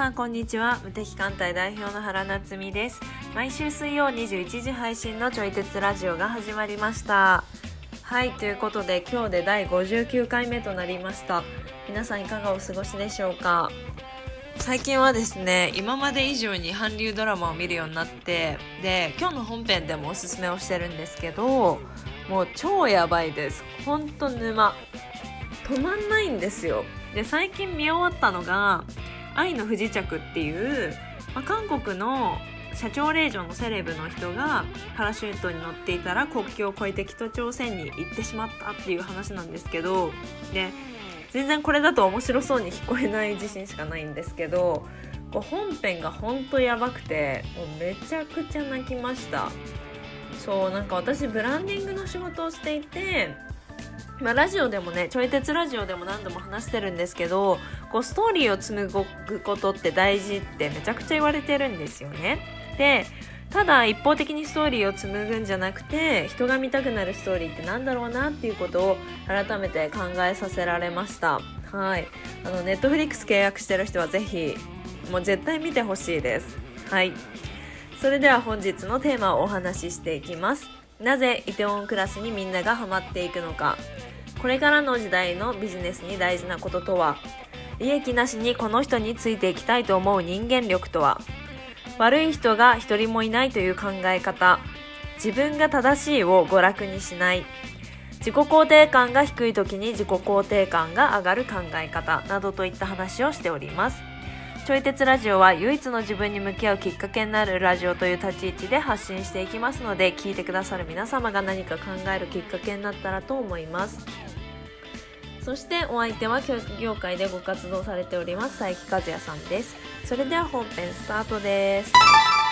んこんにちは。無敵艦隊代表の原夏実です。毎週水曜21時配信のちょい鉄ラジオが始まりました。はい、ということで今日で第59回目となりました。皆さんいかがお過ごしでしょうか。最近はですね、今まで以上に韓流ドラマを見るようになって、で今日の本編でもおすすめをしてるんですけど、もう超やばいです。ほんと沼止まんないんですよ。で最近見終わったのが愛の不時着っていう、韓国の社長令嬢のセレブの人がパラシュートに乗っていたら国境を越えて北朝鮮に行ってしまったっていう話なんですけど、で全然これだと面白そうに聞こえない自信しかないんですけど、本編がほんとやばくて、もうめちゃくちゃ泣きました。そうなんか私ブランディングの仕事をしていて、ラジオでもね、ちょい鉄ラジオでも何度も話してるんですけど、ストーリーを紡ぐことって大事ってめちゃくちゃ言われてるんですよね。でただ一方的にストーリーを紡ぐんじゃなくて、人が見たくなるストーリーってなんだろうなっていうことを改めて考えさせられました。はい、ネットフリックス契約してる人はぜひもう絶対見てほしいです。はい、それでは本日のテーマをお話ししていきます。なぜイテウォンクラスにみんながハマっていくのか。これからの時代のビジネスに大事なこととは。利益なしにこの人についていきたいと思う人間力とは。悪い人が一人もいないという考え方。自分が正しいを娯楽にしない。自己肯定感が低い時に自己肯定感が上がる考え方などといった話をしております。ちょい鉄ラジオは唯一の自分に向き合うきっかけになるラジオという立ち位置で発信していきますので、聞いてくださる皆様が何か考えるきっかけになったらと思います。そしてお相手は教育業界でご活動されております佐伯和也さんです。それでは本編スタートです。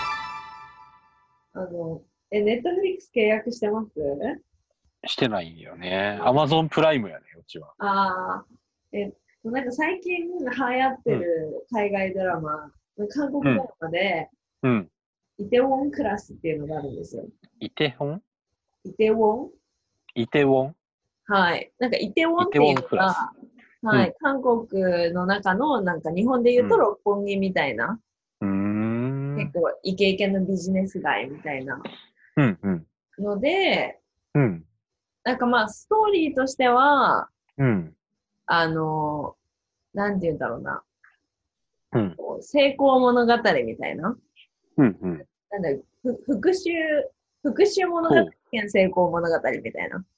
ネットフリックス契約してます？ してないんよね。アマゾンプライムやね、うちは。 なんか最近流行ってる海外ドラマ、韓国ドラマで、 うん。 イテウォンクラスっていうのがあるんですよ。 イテウォンイテウォンイテウォンはい。なんかイテウォンイテウっていうのォンクラス。 が、はい、韓国の中のなんか日本で言うと六本木みたいな、結構イケイケのビジネス街みたいなので、なんかストーリーとしては、なんて言うんだろうな、成功物語みたいな、なんだ復讐物語兼成功物語みたいな。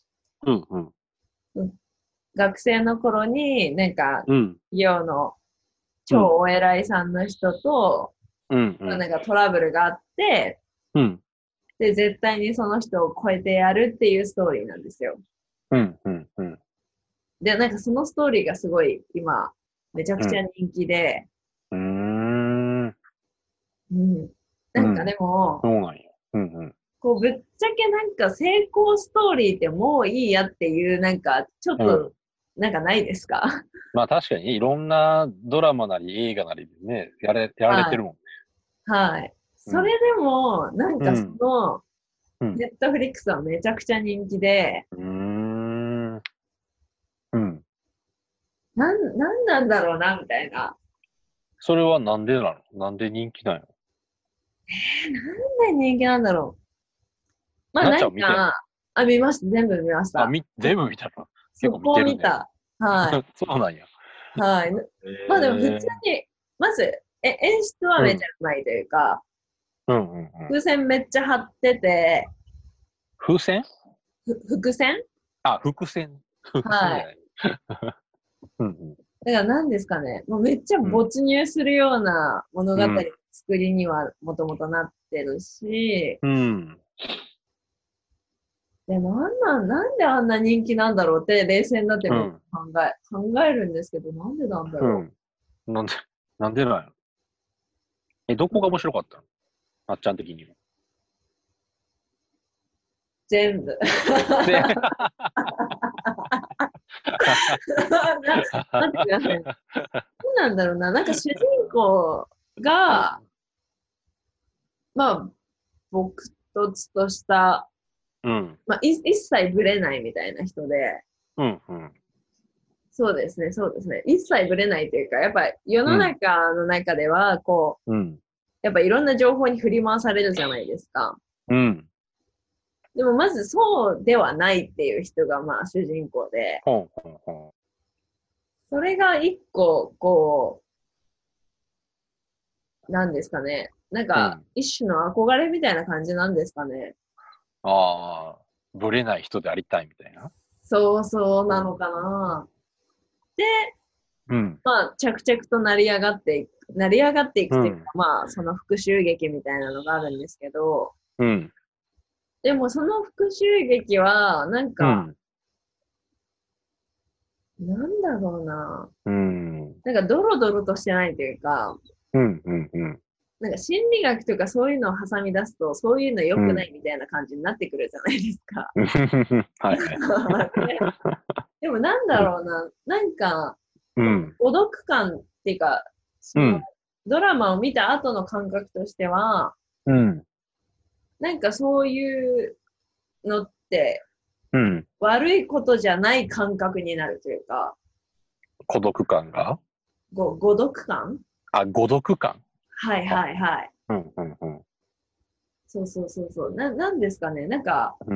学生の頃になんか企業の超お偉いさんの人と、なんかトラブルがあって、で絶対にその人を超えてやるっていうストーリーなんですよ。でなんかそのストーリーがすごい今めちゃくちゃ人気で、なんかでも、ぶっちゃけなんか成功ストーリーってもういいやっていうなんかちょっとなんかないですか？ まあ確かにいろんなドラマなり映画なりでね、やられてるもんね。 はい。それでも、なんかその、ネットフリックスはめちゃくちゃ人気で、なんなんだろうな、みたいな。 それはなんでなの？なんで人気なの？ なんで人気なんだろう。なんか、見ました。全部見ました。 全部見たの？結構そこを見た。はい。 そうなんや。 はい。でも普通に、まず、演出はめちゃうまいというか、風船めっちゃ張ってて、 風船？ 伏線？ 伏線。 はい。だから何ですかね、もうめっちゃ没入するような物語の作りにはもともとなってるし、で、なんであんな人気なんだろうって冷静になっても考えるんですけど、なんでなんだろう。なんでなの？どこが面白かったの？あっちゃん的には。 全部。待ってください。そうなんだろうな。なんか主人公が、朴突とした、一切ブレないみたいな人で、 そうですね、そうですね。一切ぶれないというか、やっぱ世の中の中では、こう、 うん。 やっぱいろんな情報に振り回されるじゃないですか。 うん。 でもまずそうではないっていう人がまあ主人公で、 ほんほんほそれが一個、こう、なんですかね。なんん。うか、 ん。 一種の憧れみたいな感じなんですかね。 ああ、ぶれない人でありたいみたいな。 そうそううん。 なのかな。で、 うん。 まあ、着々と成り上がっていくというか、 うん。 まあ、その復讐劇みたいなのがあるんですけど、 うん。 でもその復讐劇は、なんか、 うん。 なんだろうな。 うん。 なんか、ドロドロとしてないというか、 うん。うん。うん。 なんか心理学とかそういうのを挟み出すと、そういうの良うん。 くないみたいな感じになってくるじゃないですか。 はいはい。 ね、でもなんだうん。 ろうな、なんか、このうん。 孤独感っていうか、そのうん。 ドラマを見た後の感覚としては、 うん。 なんかそういうのってうん。 悪いことじゃない感覚になるというか、 孤独感が誤読感。 あ、孤独感。 はいあ、 はいはい。 うん。うん。うん。 そうそうそうそう。なんですかね。なんか、 うん。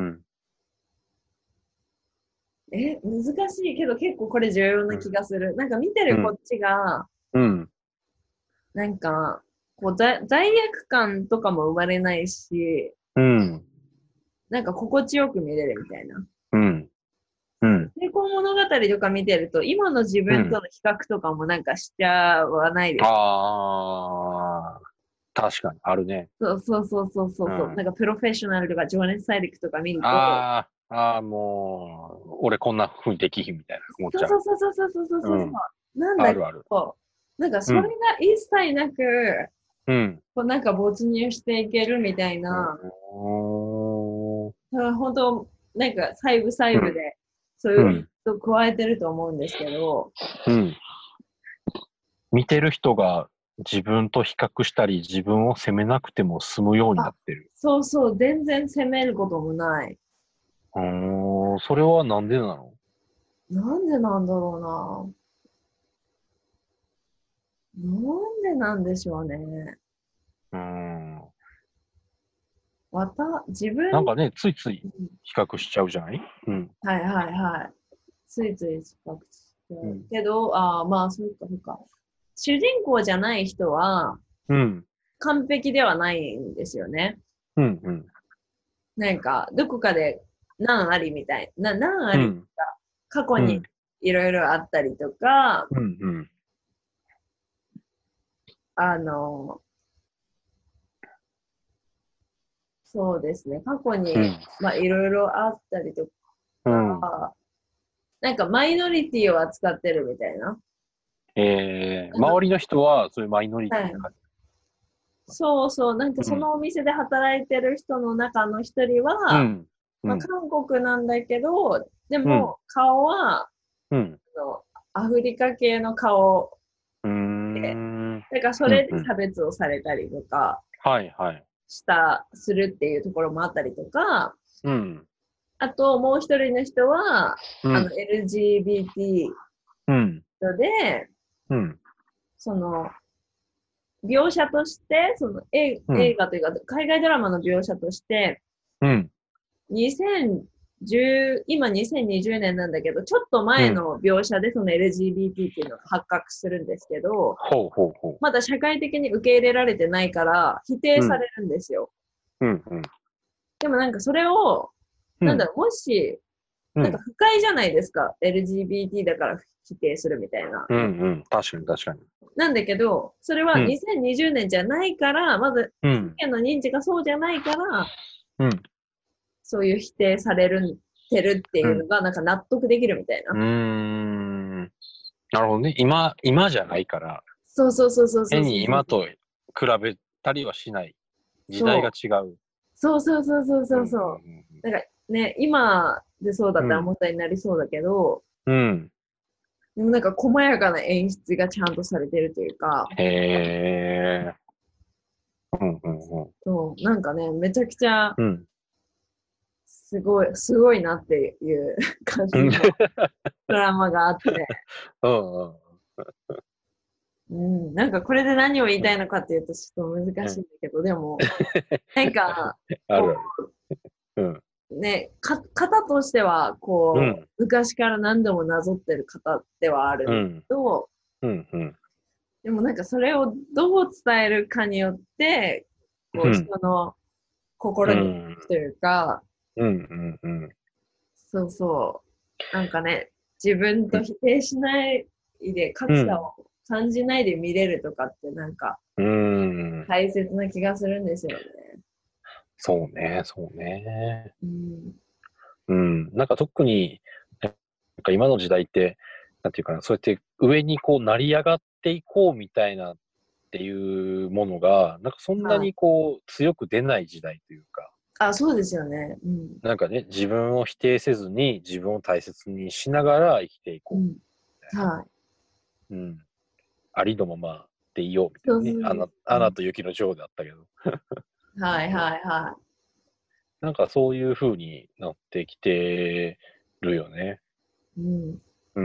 難しいけど結構これ重要な気がする。なんか見てうん。 るこっちが、 うん。 なんか、こう罪悪感とかも生まれないし、 うん。 なんか心地よく見れるみたいな。 うん。うん。 成功物語とか見てると、今の自うん。 分との比較とかもなんかしちゃわないですか？ ああ、確かに、あるね。 そうそうそうそうそうそう。なうん。 んかプロフェッショナルとか情熱大陸とか見ると、 もう、俺こんな風にできひんみたいな思っちゃう。 そうそうそうそうそうそうそうそう。 うん。 なんだけあるある。 ど、なんかそれがうん。 一切なく、 うん。 こうなんか没入していけるみたいな、 おー。 本当、なんか細部細うん。 部で、そういううん。 人加えてると思うんですけど、 うん。見てる人が自分と比較したり、自分を責めなくても済むようになあ、 ってる。 そうそう、全然責めることもない。 それはなんでなの？ なんでなんだろうな。なんでなんでしょうね。 うーん。 自分、 なんかね、ついつい比較しちゃうじゃない？うん。 はいはいはい。ついつい比較してうん。 けど、まあ、そうか、そうか。主人公じゃない人はうん。 完璧ではないんですよね。 うん。うん。 なんか、どこかで難ありみたいな、難ありうん。 が過去にうん。 いろいろあったりとか、 うん。うん。 あの、そうですね、過去に、 うん。 まあ、いろいろあったりとうん。 か、なんかマイノリティを扱ってるみたいな。 周りの人はそういうマイノリはい。 ティに感じそうそう、なんかる。うん。 そのお店で働いてる人の中の一人は、 うん。うまあ、 ん。 韓国なんだけど、でうん。 も顔はうん。 あのアフリカ系の顔うーで、 ん。 だからそうん。 れでうん。 差別をされたりとかはいはい。 するっていうところもあったりとか、 うん。 あともう一人の人は、 うん。うん。 LGBT で、 うん。 その、描写として、そのうん。 映画というか、海外ドラマの描写として、 うん。 今2020年なんだけど、ちょっとうん。 前の描写でその LGBT っていうのが発覚するんですけど、 ほうほうほまだ社会的に受け入れられてないから否定う。うん。 されるんですよ。 うん。うん。 でもなんかそれを、 うん。 なんだろう、もし、なんかうん。 不快じゃないですか。LGBT だから否定するみたいな。 うん。うん。確かに確かに。 なんだけど、それはうん。 2020年じゃないから、まず世うん。 間の認知がそうじゃないから、 うん。 そういう否定されてるってうん。 いうのがなんか納得できるみたいな。 うーん。なるほどね。今じゃないから、 そうそうそうそうそう変そうそう。 に今と比べたりはしない。時代がそう。 違う。 そうそうそうそううん。 そうそう。なんかね、今でそうだったらうん。 問題になりそうだけど、 うん。 でもなんか細やかな演出がちゃんとされてるというか、 へえ。うん。うん。 そう、なんかね、めちゃくちゃうん。 すごいなっていう感じのドラマがあって、 うんうんうん、なんかこれで何を言いたいのかっていうとちょっと難うん。 しいんだけど、でも、なんか、こあるある。うん。 う、ね、型としては、こう、 うん。 昔から何度もなぞってる型ではあるんだけうん。 ど、 うん。うん。 でもなんかそれをどう伝えるかによって、こう、人うん。 の心にうん。 というか、 うん。うん。 そうそう、なんかね、自分と否定しないで、 うん。 格差を感じないで見れるとかってなんかうん。 大切な気がするんですよね。 そうね、そうね。 うん。 うん。なんか特に、なんか今の時代って、なんていうかな、そうやって上にこう成り上がっていこうみたいなっていうものが、なんかそんなはい。 にこう強く出ない時代というか、 あ、そうですよね。うん。 なんかね、自分を否定せずに自分を大切にしながら生きていこううん。 みたいな。 はい。 うん。ありのままでいようみたいなね。 そうそうそう。 アナと雪の女王であったけど。 はいはいはなんかそういう風になってきてるよね。 い。うん。 うん。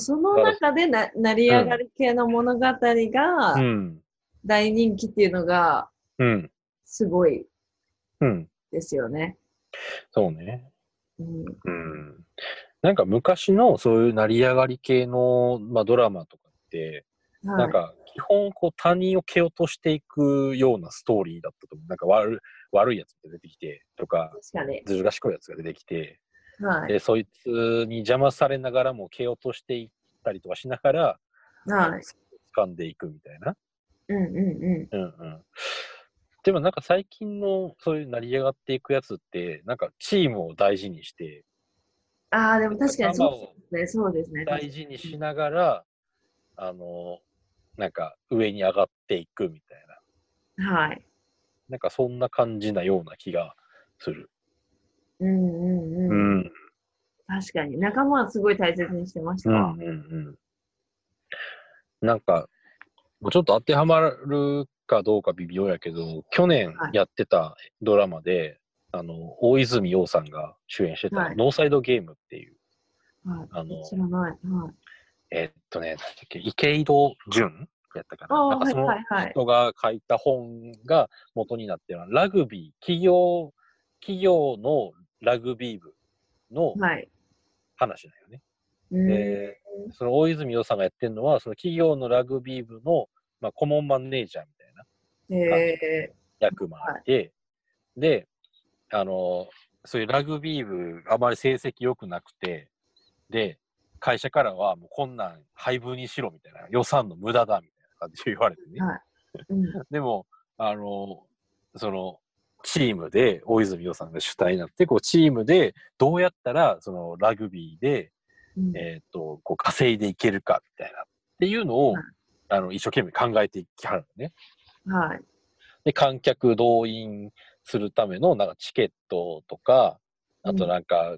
そのだから、 中で成り上がうん。 り系の物語がうん。 大人気っていうのがうん。 すごいうん。 ですよね。 そうね。 うん。 うん。なんか昔のそういう成り上がり系の、まあ、ドラマとかって、なんはい。 か基本こう他人を蹴落としていくようなストーリーだったと思う。なんか悪いやつが出てきてとか、 確かに。 ずる賢いやつが出てきて、 はい。 で、そいつに邪魔されながらも蹴落としていったりとかしながら、 はい。 掴んでいくみたいな。 うんうんうん。 うんうん。でもなんか最近のそういう成り上がっていくやつって、なんかチームを大事にして、 ああ、ででも確かにそう仲間をですね。そうですね。確か大事にに。 しながら、あの、なんか上に上がっていくみたいな。 はい。 なんかそんな感じなような気がする。 うんうんうん。 うん。 確かに。仲間はすごい大切にしてましたわ。 うんうんうん。なんか、ちょっと当てはまるかどうか微妙やけど、去年はい。 やってたドラマで、大泉洋さんが主演してたはい。 ノーサイドゲームっていう、 はあの、 い。知らない。はい。 なんだっけ、池井戸潤やったかな。なんああ、はいかそのはいはい。 人が書いた本が元になってるラグビー、企業のラグビー部のはい。 話だよね。 うーん。 で、その大泉洋さんがやってるのは、その企業のラグビー部の、まあ、顧問マネージャーみたいなへ感じのえ。 役回はい。 りで、で、あの、そういうラグビー部、あまり成績良くなくて、で、会社からはもうこんなん配分にしろみたいな、予算の無駄だみたいな感じで言われてね。 はい。うん。 でも、あの、その、チームで、大泉洋さんが主体になって、こう、チームでどうやったら、その、ラグビーで、 うん。 こう、稼いでいけるか、みたいな、っていうのを、一生懸命考えていきはるのね。 はい。 で、観客動員するための、なんかチケットとか、あとうん。 なんか、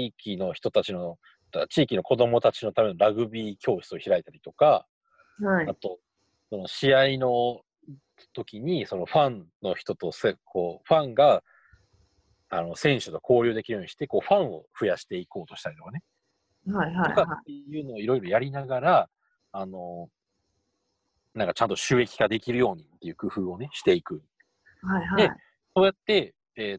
地域の子供たちのためのラグビー教室を開いたりとか、 はい。 あと、その試合の時に、そのファンの人とこう、ファンが、選手と交流できるようにして、こう、ファンを増やしていこうとしたりとかね。 はいはいとかっはていうのをいろいろやりながら、あの、なんかちゃんと収益化できるようにっていう工夫をね、していく。 い。はいで、 はい。 そうやって、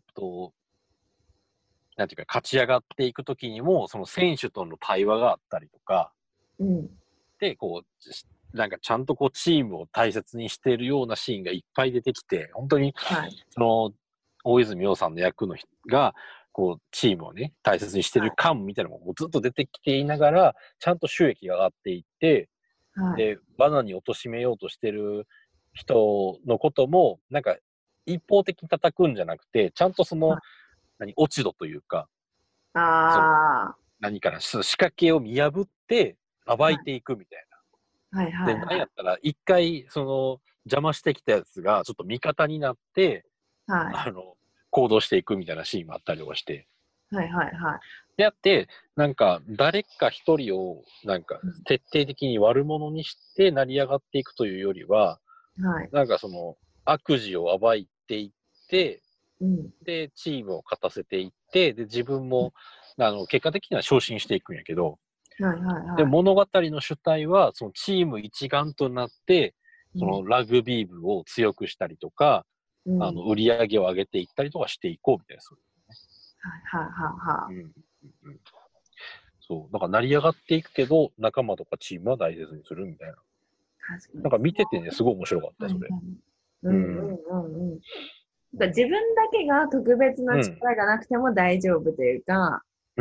なんていうか、勝ち上がっていくときにも、その選手との対話があったりとか、 うん。 で、こう、なんかちゃんとこう、チームを大切にしているようなシーンがいっぱい出てきて、本当に、 はい。 その、大泉洋さんの役の人が、こう、チームをね、大切にしてるはい。 感みたいなのもずっと出てきていながら、ちゃんと収益が上がっていって、 はい。 で、罠に貶めようとしてる人のことも、なんか、一方的に叩くんじゃなくて、ちゃんとその、 はい。 落ち度というか、その、 あ何かな、仕掛けを見破って暴あ。はいていくみたいい。はいはな。で、 いはい。 なんやったら、一回、その、邪魔してきたやつが、ちょっと味方になって、 はい。 あの、行動していくみたいなシーンもあったりとかして。 はいはいはであって、なんか、誰か一人を、なんか、 い。 徹底的に悪者にして成り上がっていくというよりは、 はい。 なんかその、悪事を暴いていって、 うん。 で、チームを勝たせていっ 、で、自分も、結果的には昇進していくんやけど、 はいはいはい。 で、物語の主体は、そのチーム一丸となって、そのラグビー部を強くしたりとか、 うん、 売り上げを上げていったりとかしていこうみたいな、そうはいはいはいはい。 うん。うんそう。だから成り上がっていくけど、仲間とかチームは大切にするみたいな。 確かに。 なんか見ててね、すごい面白かった、それ。 はいはい。ううんうんん。 うんうん。なんか自分だけが特別なうん。 力がなくても大丈夫というか、 うん。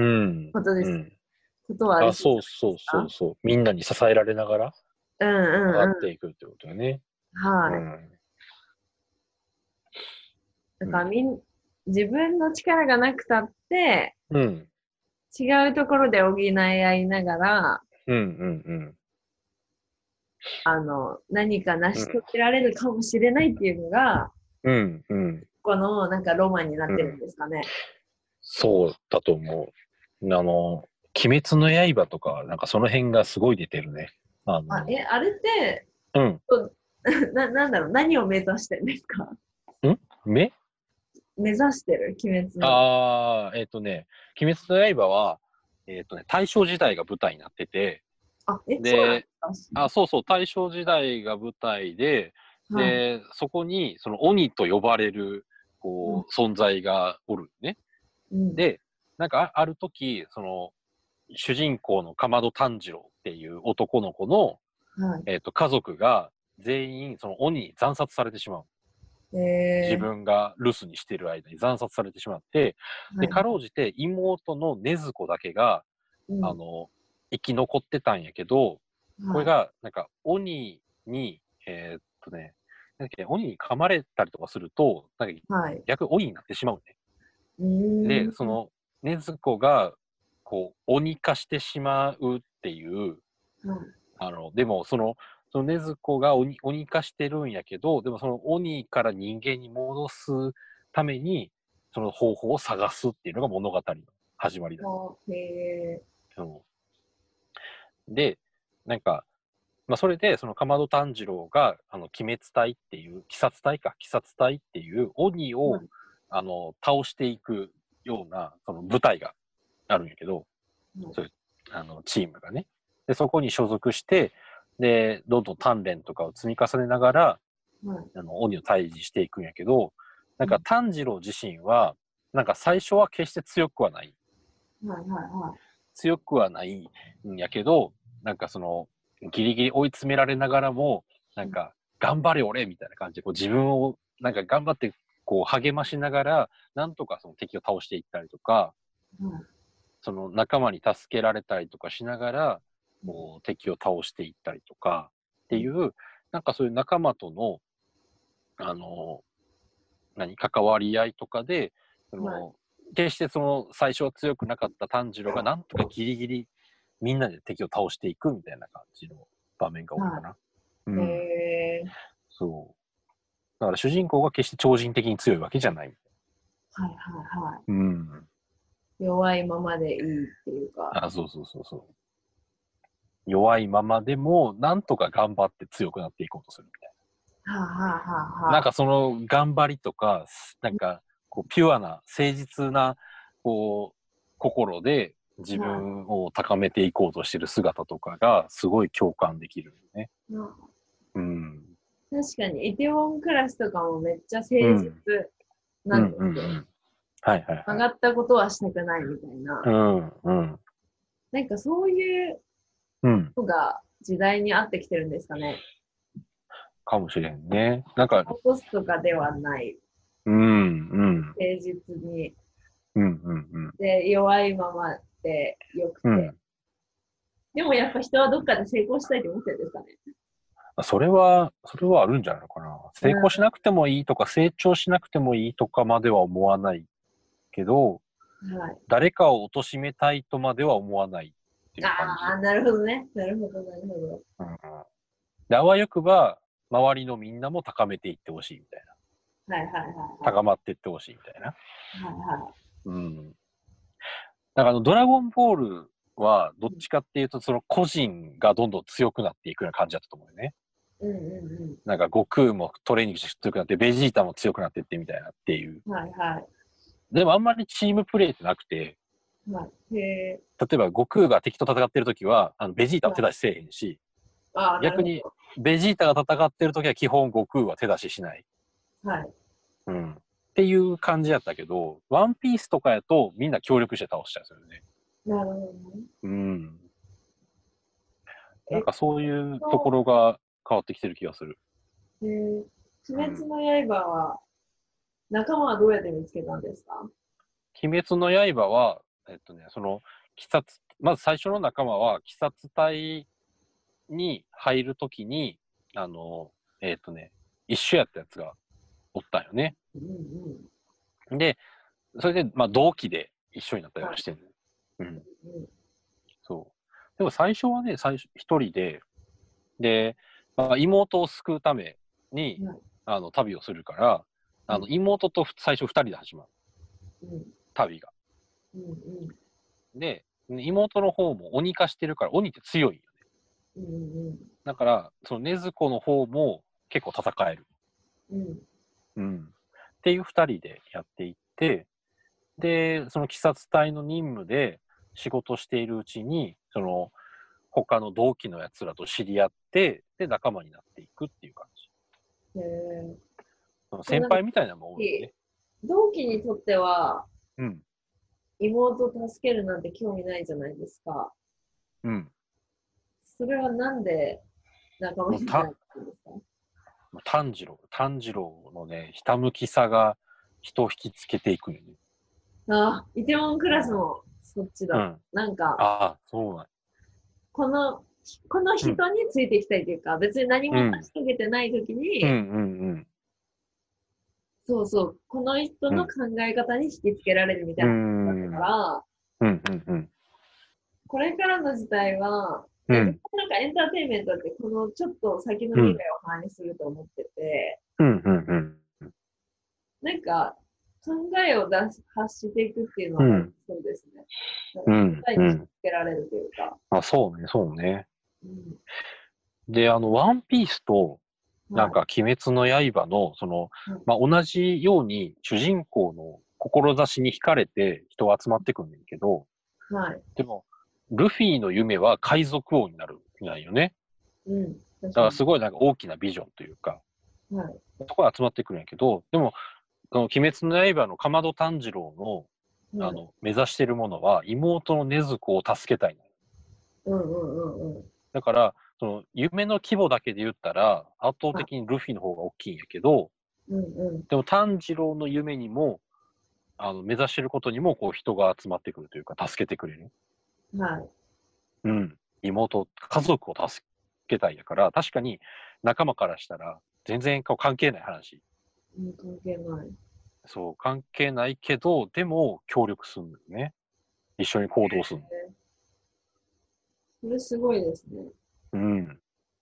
ことです。 うん。 ことはあるあ、 そうじゃそうそうないですか。 そうそう。みんなに支えられながらうん上がっうんうていくってことよね。 ん。はい。 うん。 だうん。 から自分の力がなくたって、 うん。 違うところで補い合いながら、 うん。うん。 何か成うん。 し遂げられるかもしれないっていうのが、 うん。うん。 このなんかロマンになってるんうん。 ですかね。 そうだと思う。鬼滅の刃とか、なんかその辺がすごい出てるね。 あれって、 うん。 なんだろう、何を目指してるんですか？ 目目指してる鬼滅の。 鬼滅の刃は、大正時代が舞台になってて、 そうなんで、 ですか？ そうそう、大正時代が舞台で、 はい。 で、そこに、その鬼と呼ばれる、 うん。 存在がおるね。 うん。 で、なんかある時、主人公の竈門炭治郎っていう男の子の、 は家族が全員、その鬼に惨殺されてしまう。 い。 自分が留守にしてる間に惨殺されてしまって、で、 はい。 かろうじて妹の禰豆子だけが、 うん。 生き残ってたんやけど、これはが、なんか、鬼に、なんか鬼に噛まれたりとかすると、なんかい。はい。 逆に鬼になってしまうね。 うーで、 ん。 禰豆子が、鬼化してしまうっていう、 はい。 でも、その禰豆子が鬼化してるんやけど、でもその鬼から人間に戻すために、その方法を探すっていうのが物語の始まりだ。 へえ。 で、なんか、まあ、それで、その竈門炭治郎が、鬼滅隊っていう、鬼殺隊っていう鬼を、 はい。 倒していくような、その部隊があるんやけど、 はい。 そういう、チームがね。で、そこに所属して、で、どんどん鍛錬とかを積み重ねながら、 はい。 鬼を退治していくんやけど、なんかうん。 炭治郎自身は、なんか最初は決して強くはない。 はい。はい。は強くはないんやけど、なんかギリギリ追い詰められながらも、なんか、頑張れ俺みたいな感じで、自分を、なんか頑張って、励ましながら、なんとかその敵を倒していったりとか、 い。はい。 その仲間に助けられたりとかしながら、 うん。 敵を倒していったりとかってうん。 いう、なんかそういう仲間との、あの、関わり合いとかで、そはい。 の、決して最初は強くなかった炭治郎がなんとかギリギリみんなで敵を倒していくみたいな感じの場面が多いかはな。うい。へん。 え。 そう。だから主人公が決して超人的に強いわけじゃない。 はい。はい。はうん。 い。弱いままでいいっていうか。 そうそうそうそう。弱いままでも、なんとか頑張って強くなっていこうとするみたいはあ、はあ、はあ、 な。なんはあ。 かその頑張りとか、なんか、ピュアな、誠実な、心で自は分を高めていこうとしてる姿とかが、すごい共感できるよね。 い。まあ、 うん。 確かに、イテウォンクラスとかもめっちゃ誠実うん。うん、 なんでうん、うすよ。 ん。はい、はい、はい。 曲がったことはしたくないみたいな。 うん、うん。 なんかそういううん。 のが時代に合ってきてるんですかね。 かもしれんね。なんか、 落とすとかではない。 うん、うん、 誠実に。 うん、うん、うん。 で、弱いままでよくて。 うん。 でもやっぱ人はどっかで成功したいと思ってるんですかね。 それはあるんじゃないのかな。 うん。 成功しなくてもいいとか、成長しなくてもいいとかまでは思わないけど、 はい。 誰かを貶めたいとまでは思わないっていう感じ。 ああ、なるほどね。なるほど、なるほど。 うん、で、あわよくば、周りのみんなも高めていってほしいみたいな。 はいはいはいは高まっていってほしいみたいな。 い。はいはうん。だからドラゴンボールは、どっちかっていうと、その個人がどんどん強くなっていくような感じだったと思うよね。 い。うんなんか悟空もトレーニングして強くなって、ベジータも強くなっていってみたいなっていう。 うん。はいはい。 でもあんまりチームプレーってなくて、 はい。へえ。 例えば悟空が敵と戦ってる時は、ベジータは手出しせえへんし、 ああ、なる逆にほベジータが戦ってる時は基本悟空は手出ししない。 ど。はい。 うん。っていう感じやったけど、ワンピースとかやとみんな協力して倒しちゃうんですよね。 なるほどね。 うん。なんえ、 かそういうとこと、 ろが変わってきてる気がする。 鬼滅うん。 の刃は、仲間はどうやって見つけたんですか？ 鬼滅の刃は、その、まず最初の仲間は、鬼殺隊に入るときに、あの、えっとね、一緒やったやつがおったんよね。 うんで、それで、まあ、同期で一緒になったりはい。 はしてる。うん。 うんそう。でも最初はね、一人で、まあ、妹を救うために、 はい。 旅をするから、 うん妹と最初二人で始まる。 うん旅が。 うんで、妹の方も鬼化してるから、鬼って強いよね。 うんうんだから、その禰豆子の方も結構戦える。 うんうんうん。っていう二人でやっていって、で、その鬼殺隊の任務で仕事しているうちに、その、他の同期のやつらと知り合って、で、仲間になっていくっていう感じ。 へえ。 そのでもなんか先輩みたいなもん多いよね。 同期にとっては、 うん。 妹を助けるなんて興味ないじゃないですか。 うん。 それはなんで仲間もうになったんですか？ 炭治郎のね、ひたむきさが人を引きつけていくよね。 ああ、イテウォンクラスもそっちだ。 うん。 なんか、 ああ、そうなん。 この、このうん。 人についていきたいというか、別に何も成うん。 し遂げてないときうん。うに、 ん。 そうそう、この人の考うん。 え方に引きつけられるみたういな感じだったかん。 ら、 うん。うん。 これからの時代は、絶うん。 対なんかエンターテインメントってこのちょっと先のうん。 未来を反映すると思ってて、 うん。うん。 なんか考えを発していくっていうのは大事うん。 そうですね。 うん。 答えに引きつうん。 けられるというか。 あ、そうね、そうね。 うん、 で、ワンピースと、なんはい。 か、鬼滅の刃の、まあ、同じように、主人公の志に惹かれて人は集まってくんねんけど、 はい。 でも、ルフィの夢は海賊王になるなんよね。 うん。確かに。 だからすごいなんか大きなビジョンというか、 はい。 そこに集まってくるんやけど、でも、その鬼滅の刃の竈門炭治郎の、 はい。 目指しているものは、妹の禰豆子を助けたいのよ。 うんうんうんうん。 だから、その夢の規模だけで言ったら、圧倒はい。 的にルフィの方が大きいんやけど、 うんうでも炭治郎の夢にも、目指してることにも、こう人が集まってくるというか、助けてくれる。 ん。はい。 うん。家族を助けたいやから、確かに仲間からしたら、全然こう関係ない話。 うん、関係ない。 そう、関係ないけど、でも協力するんだよね。一緒に行動するの。 それすごいですね。 うん。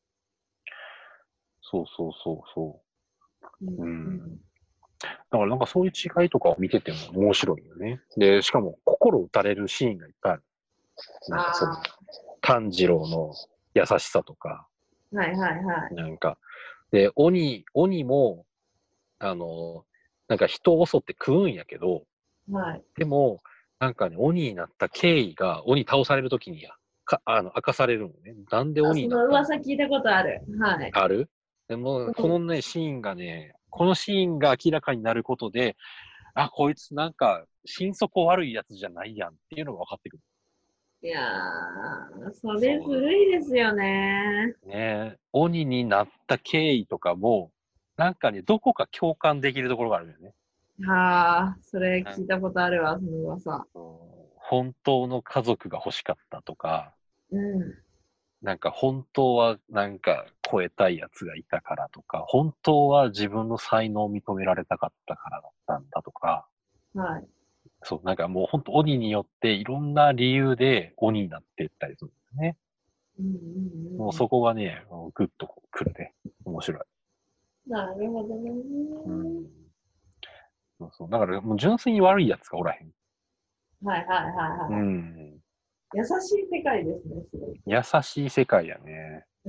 そうそうそうそうんう。うん。 うん。 だからなんかそういう違いとかを見てても面白いよね。で、しかも心打たれるシーンがいっぱいある。なんかその、 あ炭治郎の優しさとか、 あ、はいはいはい。 なんか、で、鬼も、あの、なんか人を襲って食うんやけど、 はい。 でも、なんかね、鬼になった経緯が、鬼倒されるときに明かされるのね。なんであ、 鬼になっそのたのか。 噂聞いたことある。はい。 あるでも、このね、シーンがね、このシーンが明らかになることで、あ、こいつなんか、心底悪いやつじゃないやんっていうのが分かってくる。 いやー、それずそるいですよね。 う。ね鬼になった経緯とかも、なんかね、どこか共感できるところがあるよね。 はあ、それなん聞いたことあるわ、その噂。 本当の家族が欲しかったとか、 うん。 なんか本当はなんか超えたいやつがいたからとか、本当は自分の才能を認められたかったからだったんだとか、 はい。 そう、なんかもう本当鬼によっていろんな理由で鬼になっていったりするんですね。 うんうんうん。 もうそこがね、グッとくるね。面白い。 なるほどね。 うん。そうそう。だからもう純粋に悪いやつがおらへん。 はいはいはいうはん。 い。優しい世界ですね、すごい。 優しい世界やね。 うん。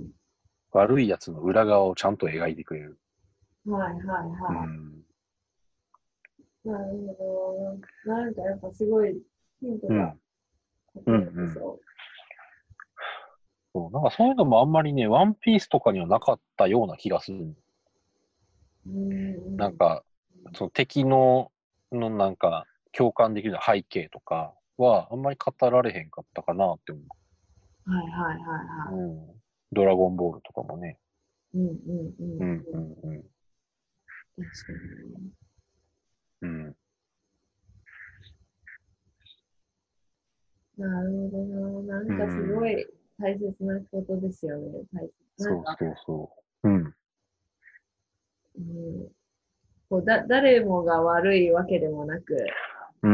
悪いやつの裏側をちゃんと描いてくれる。 はいはいうはん。 い。 なるほど。なんかやっぱすごいヒントがうん。うんう隠れてん。 そそう、なんかそういうのもあんまりね、ワンピースとかにはなかったような気がする。 う。うんうん。 なんか、その敵のなんか共感できる背景とかはあんまり語られへんかったかなって思はいはいはいう。 はうん。ドラゴンボールとかもね。 い。うんうんうんうんううん。 んうん。 確かに。 うん。 なるほどな。なんうかすごん。 い大切なことですよね。なんか、 そうそうそう。うん。 うん、こう誰もが悪いわけでもなく、 うん。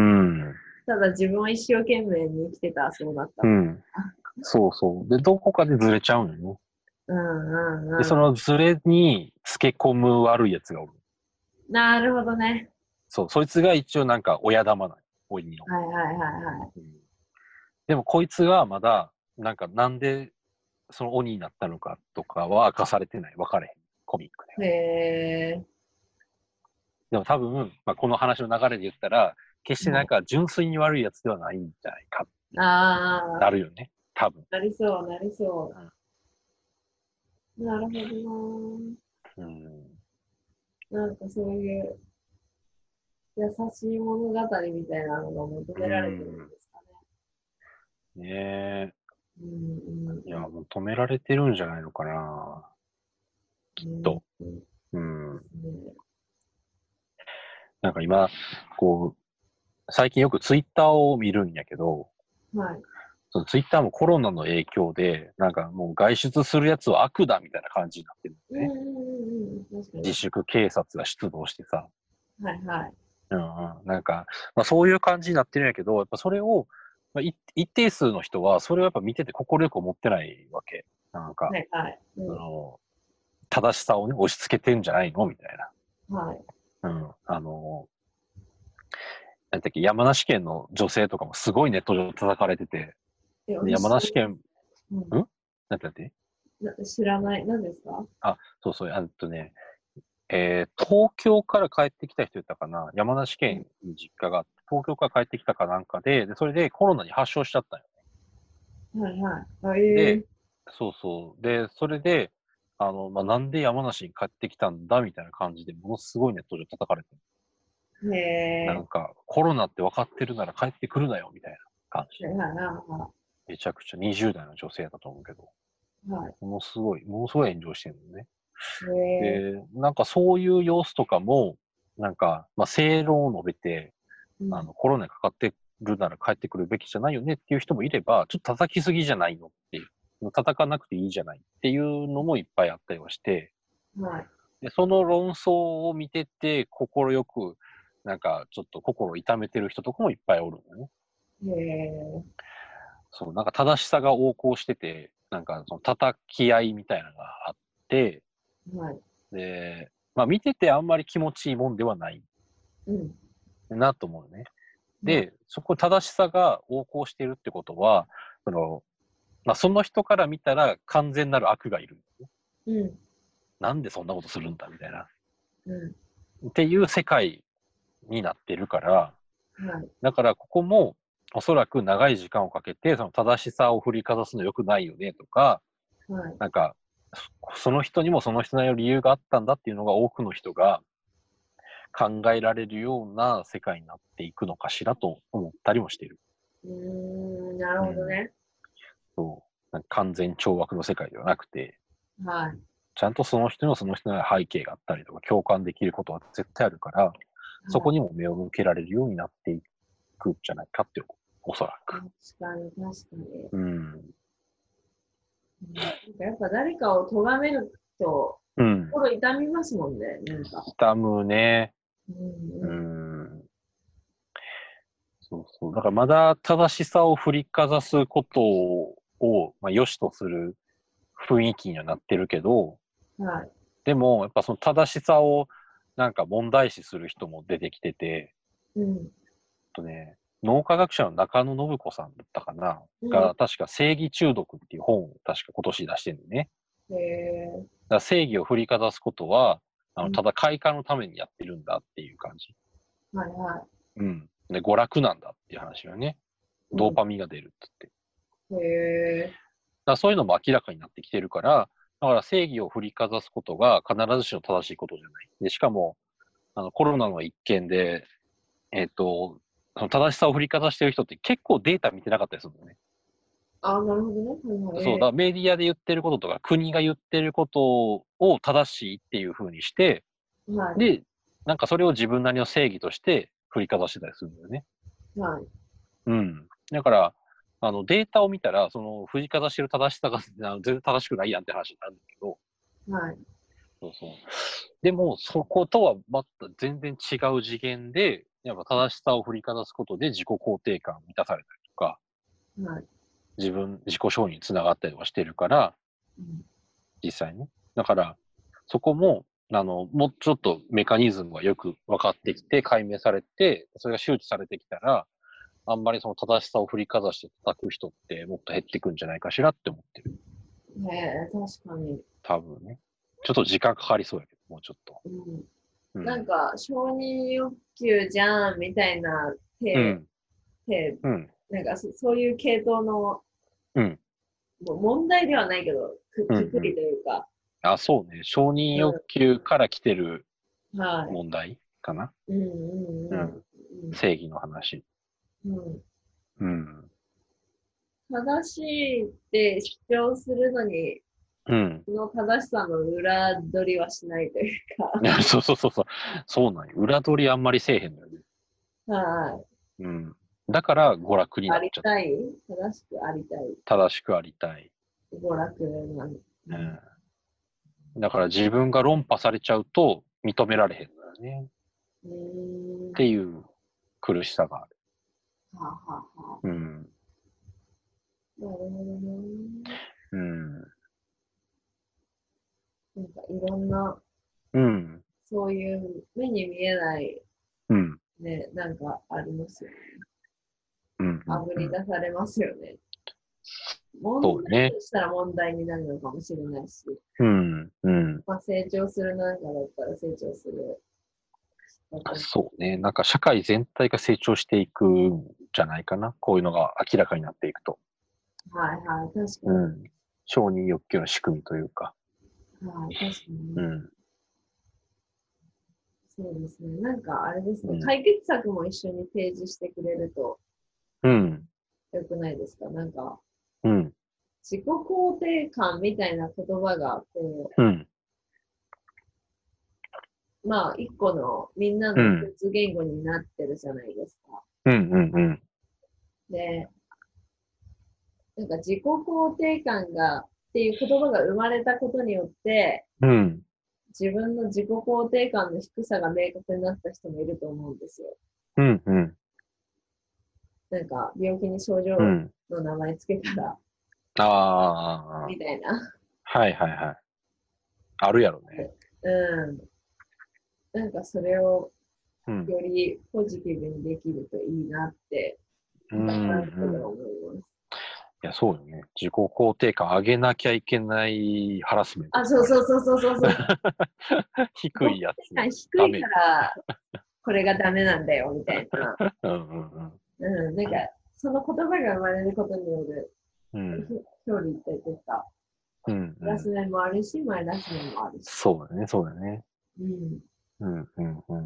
ただ自分は一生懸命に生きてたらそうだったみたいうん。そうそう。で、どこかでずれちゃうのよね。 な。うんで、そうんうのズレにつけ込む悪い奴がおる。 ん。なるほどね。 そう、そいつが一応なんか親玉なの。鬼の。 はいはいはうん、でもこいつがまだ、なんかなんでその鬼になったのかとかは明かされてない。分かれへん。コミックでは。 いはい。へえ。 でも多分、まあ、この話の流れで言ったら、決してなんはい。 か純粋に悪いやつではないんじゃないか。 ああ、 なるよね。多分。 なりそう、なりそうん。 う。なるほどうん。 な。なんかそういう優しい物語みたいなのが求うめられてるんん。 ですかね。 ねえ。 うんうんいや、 うん。 もう止められてるんじゃないのかな。 うんと。 うん。 うん。 ね、 なんか今、こう、最近よくツイッターを見るんやけど、 はい。 そのツイッターもコロナの影響で、なんかもう外出するやつは悪だみたいな感じになってるうんのね。 うんうんうん。確かに。 自粛警察が出動してさ。 はいはい。 うんうん。なんか、まあそういう感じになってるんやけど、やっぱそれを、まあ、一定数の人はそれをやっぱ見てて快く思ってないわけ。なんか、 はいはい。うその、正しさをね、押し付けてんじゃないのみたいん。はい。 な。うん。なんだっけ、山梨県の女性とかもすごいネット上叩かれてて、 え、 で山私、 梨県、 うん、 なんて知らない。何ですか？ あ、そうそう、東京から帰ってきた人いたかな、山梨うん、 県に実家があって、東京から帰ってきたかなんかで、それでコロナに発症しちゃったんよ。 はいはい。あ、 で、そうそう。で、それで、まあ、なんで山梨に帰ってきたんだみたいな感じで、ものすごいネット上叩かれてる。 へえ。 なんか、コロナって分かってるなら帰ってくるなよ、みたいな感じで。 はいはいはめちゃくちゃ20代の女性だと思うけど、 いはい。 ものすごい炎上してるのね。 へえ。 で、なんかそういう様子とかも、なんか、まあ、正論を述べて、 うん。 コロナにかかってるなら帰ってくるべきじゃないよねっていう人もいれば、ちょっと叩きすぎじゃないのっていう、叩かなくていいじゃないっていうのもいっぱいあったりはして、 はい。 でその論争を見てて、心よく、なんかちょっと心を痛めてる人とかもいっぱいおるのね。 へえ。 そう、なんか正しさが横行してて、なんかその叩き合いみたいなのがあって、 はい。 で、まあ見ててあんまり気持ちいいもんではないうん。 なと思うね。 はい。 で、そこ正しさが横行しているってことは、まあ、その人から見たら完全なる悪がいる。 うん。 なんでそんなことするんだみたいな。 うん。 っていう世界になってるから、 はい。 だからここもおそらく長い時間をかけて、その正しさを振りかざすの良くないよねとか、 はい。 なんか、その人にもその人なりの理由があったんだっていうのが多くの人が考えられるような世界になっていくのかしらと思ったりもしている。 うーん。なるうん。 ほどね。 そう。なんか完全懲悪の世界ではなくて、 はい。 ちゃんとその人のその人の背景があったりとか、共感できることは絶対あるから、そこはにも目を向けられるようになっていくんじゃないかっておそらい。 く。 確かに、確かに。 うん。 うん、なんかやっぱ誰かを咎めると、 うん。 心痛みますもんね。なんか。 ダムね。 うんううん。 ん。そうそう。だからまだ正しさを振りかざすことを、まあ、良しとする雰囲気にはなってるけど、 はい。 でも、やっぱその正しさをなんか問題視する人も出てきてて、 うん。 脳科学者の中野信子さんだったかなうん。 が、確か正義中毒っていう本を確か今年出してるんだよね。 へえ。 だから正義を振りかざすことは、 うん。 ただ快感のためにやってるんだっていう感じ。 はいはうん。で、娯楽なんだっていう話よね。 い。 ドーパミンが出るって言って。 へえ。 だからそういうのも明らかになってきてるから、だから正義を振りかざすことが必ずしも正しいことじゃない。で、しかも、コロナの一件で、その正しさを振りかざしてる人って結構データ見てなかったりするんだよね。 あ、なるほどね。はいはい。 そう、だからメディアで言ってることとか、国が言ってることを正しいっていう風にして、 はで、なんかそれを自分なりの正義として振りかざしてたりするんだよね。 い。はい。 うん。だから、データを見たら、その振りかざしてる正しさが全然正しくないやんって話になるんだけど、 はい。 そうそう。でも、そことはまた全然違う次元で、やっぱ正しさを振りかざすことで自己肯定感を満たされたりとか、 はい。 自己承認につながったりとかしてるから、 うん。 実際に。だから、そこも、もうちょっとメカニズムがよく分かってきて、解明されて、それが周知されてきたら、あんまりその正しさを振りかざして叩く人ってもっと減ってくんじゃないかしらって思ってる。 へえ、確かに。 多分ね。ちょっと時間かかりそうやけど、もうちょっと。 うん。 うん。 なんか、承認欲求じゃん、みたいな手、 うん。 手、 うん。 なんかそういう系統の、 うん。 もう問題ではないけど、 うん。 くくりうん。 というか、 あ、そうね。承認欲う求から来てるん。はい。 問題かな。 うんうんうん。 うん正義の話。 うん。うん。 うん。 正しいって主張するのに、 うん。 その正しさの裏取りはしないというか、 そうそうそうそう。そうなんよ。裏取りあんまりせえへんのよね。 はい。 うん。だから娯楽になあっちゃってる。 りたい正しくありたい正しくありたい。 娯楽なん。 うん。だから自分が論破されちゃうと認められへんのよね。 うん。 っていう苦しさがある。 はあ、はあはあ、 うん。 なるほどね。 うん。 なんかいろんな、 うん。 そういう目に見えないうん。 ね、なんかありますよね。 うん。 あぶうん。 り出されますよね。問そうね。 題としたら問題になるのかもしれないし、 うん。うん。 まあ、成長するなんかだったら成長する。 そうね。なんか社会全体が成長していくんじゃないかな。こういうのが明らかになっていくと。 はいはい、確かに。 うん。承認欲求の仕組みというか。 はい、確かに。 うん。 そうですね。なんかあれですね。 うん。 解決策も一緒に提示してくれるとうん。 よくないですか？なんか、 うん。 自己肯定感みたいな言葉が、 うん。 まあ、一個のみんなの共うん。 通言語になってるじゃないですか。 うん。うん。うん。 で、なんか自己肯定感がっていう言葉が生まれたことによって、 うん。 自分の自己肯定感の低さが明確になった人もいると思うんですよ。 うん。うん。 なんか、病気に症状うん。 の名前つけたら、 ああ、 みたいな。 はいはいはい。あるやろね。 うん。なんかそれをうん。 よりポジティブにできるといいなって、 うだからん。 こでうん。 思います。 いや、そうよね。自己肯定感上げなきゃいけないハラスメントあ、 ですね、あれ。 そうそうそうそうそうそう。 低いやつ自己肯定感は低いかダメ。 ら、これがダメなんだよ、みたいな。 うんうんうん、なんか、その言葉が生まれることによる、 うん。 表裏一体というか、 うんうん。 プラス面もあるし、マイナス面もあるし。 そうだね、そうだね。 うん。 うんうんうん。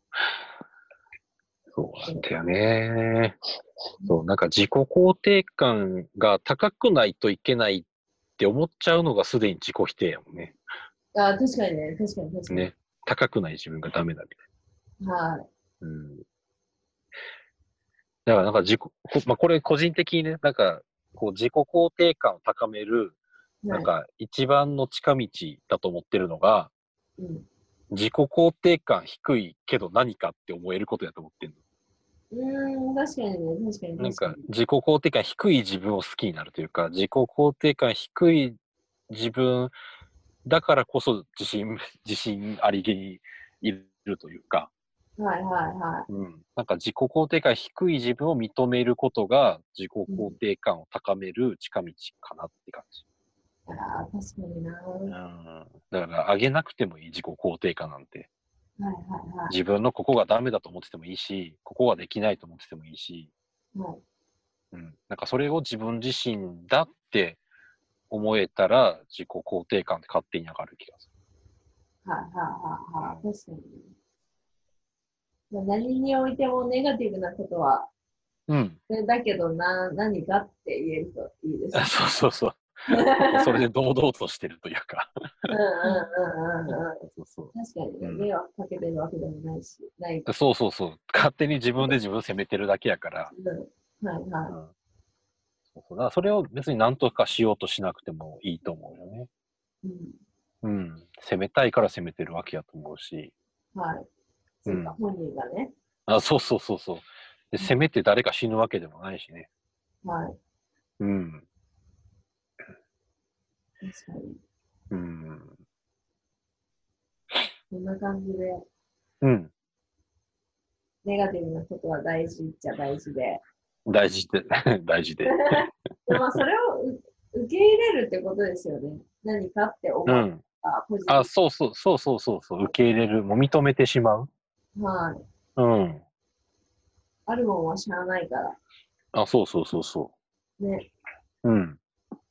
そうなんそだよね。そう、なんか自己肯定感が高くないといけないって思っちゃうのがすでに自己否定やもんね。 あ、確かにね、確かに確かに。 ね。高くない自分がダメだみたいはな。うん。だからなんかまあ、これ個人的にね、なんか、こう自己肯定感を高める、 い。はい。 なんか一番の近道だと思ってるのが、 うん。 自己肯定感低いけど何かって思えることやと思ってるうーん、確かにね、確かにの。なん確かに。 か自己肯定感低い自分を好きになるというか、自己肯定感低い自分だからこそ自信ありげにいるというか、 はいはいはうん。なんか自己肯定感低い自分を認めることが自己い。うん。 肯定感を高める近道かなって感じ。 ああ、確かにな。 うん。だから上げなくてもいい自己肯定感なんて。 はいはいはい。 自分のここがダメだと思っててもいいし、ここができないと思っててもいいし、 はい。 なんかそれを自分自身だって思えたら、自己肯定感って勝手に上がる気がすはいはいはいはい。 る。 確かに。まあ何においてもネガティブなことは、だけど何かって言えるといいですね。 そうそうそう。それで堂々としてるというか。 うんうんうんうんうん。 そうそう。 確かにね、迷惑かけてるわけでもないし、ない。 そうそうそう。勝手に自分で自分を責めてるだけやから。 うん。はいはそうそう。だからそれを別に何とかしようとしなくてもいいと思うよね。 い。 責めたいから責めてるわけやと思うし。 はい。そうか、本人がね。 そうそうそうそう。で、責めて誰か死ぬわけでもないしね。 はい。 うん。 確かに。 うん。 こんな感じで、 うん。 ネガティブなことは大事っちゃ大事で。 大事で、大事で。 でもそれを受け入れるってことですよね。何かって思っうん。 たポジティそうそう、そうそうそうそう。受け入れる。もう認めてしまう。 ブ。はい。 うん。 あるもんはしゃあないから。 そうそうそうそね。 う。うん。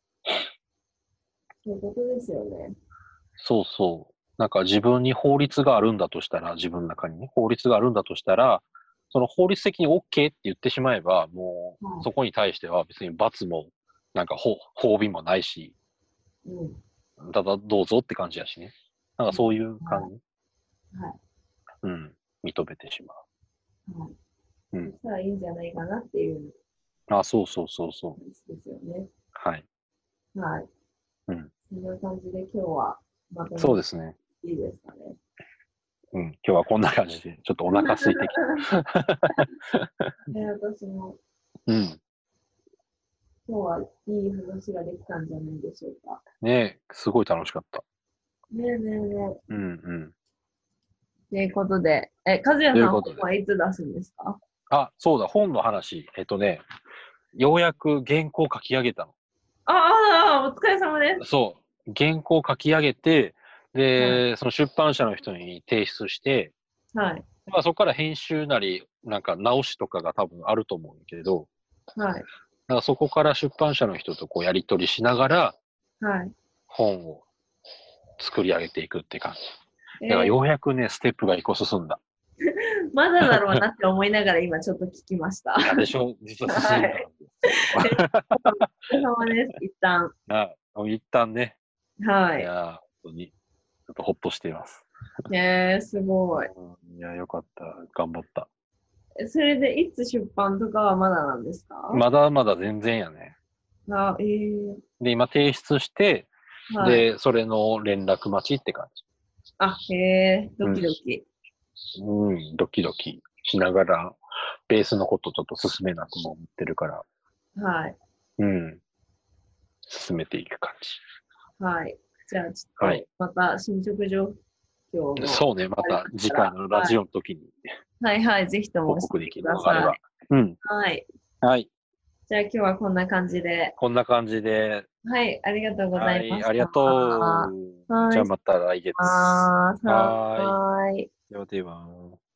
そういうことですよね。 そうそう。なんか自分に法律があるんだとしたら、自分の中にね、法律があるんだとしたら、その法律的に OK って言ってしまえば、もうはそこに対しては別に罰も、なんか褒美もないし、 い。うん。 ただどうぞって感じやしね。なんかそういうは感じ。 い。はい。 うん。認めてしまはい。 う。うそん。 したらいいんじゃないかなっていうそうそうそうそう。 感じですよね。 はい。 はい。 うん。 そんな感じで今日はまとめてそうですね。 いいですかね。 うん。今日はこんな感じで、ちょっとお腹空いてきた。 私もうん。 今日はいい話ができたんじゃないでしょうか。 ねえ、すごい楽しかった。 ねえねえねえ。 うんうん。 ということで、和也さん本ということで。 はいつ出すんですか？ そうだ、本の話。ようやく原稿書き上げたの。 お疲れ様です。 そう。原稿書き上げて、 はい。 で、その出版社の人に提出して、 はい。 まあそこから編集なり、なんか直しとかが多分あると思うんだけれど、 はい。 だからそこから出版社の人とこうやり取りしながらはい。 本を作り上げていくって感じ。だからえーようやくね、ステップが一個進んだ。 まだだろうなって思いながら今ちょっと聞きました。 いや、でしょ実は進んだんはい。 ですお疲れ様です。一旦。 よ。一旦ね、 はい。 いや、本当に、ちょっとほっとしています。 すごい。 いや、よかった。頑張った。 それでいつ出版とかはまだなんですか？ まだまだ全然やね。で、今提出して、 はい。 で、それの連絡待ちって感じ。 ドキドキ。 ドキドキしながら、ベースのことちょっと進めなくも思ってるから、 はい。 進めていく感じ。 はい。じゃあ、ちょはい。 っと、また進捗状況のそうね、また次回のラジオの時にはいはい、ぜひとも報告でき教えてくるのがあれば。 ださい。はい。 はい。 じゃあ今日はこんな感じで。 こんな感じで、 はい、ありがとうござはい、 いました。 ありがとう。じはい、 ゃあまた来月。はーい。 はい。 ではでは。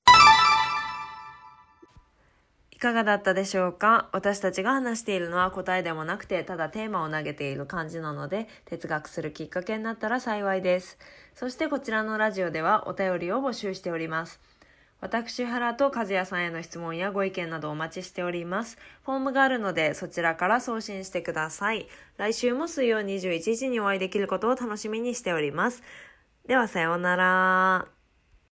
いかがだったでしょうか？私たちが話しているのは答えでもなくて、ただテーマを投げている感じなので、哲学するきっかけになったら幸いです。そしてこちらのラジオではお便りを募集しております。私原と和也さんへの質問やご意見などお待ちしております。フォームがあるのでそちらから送信してください。来週も水曜21時にお会いできることを楽しみにしております。ではさようなら。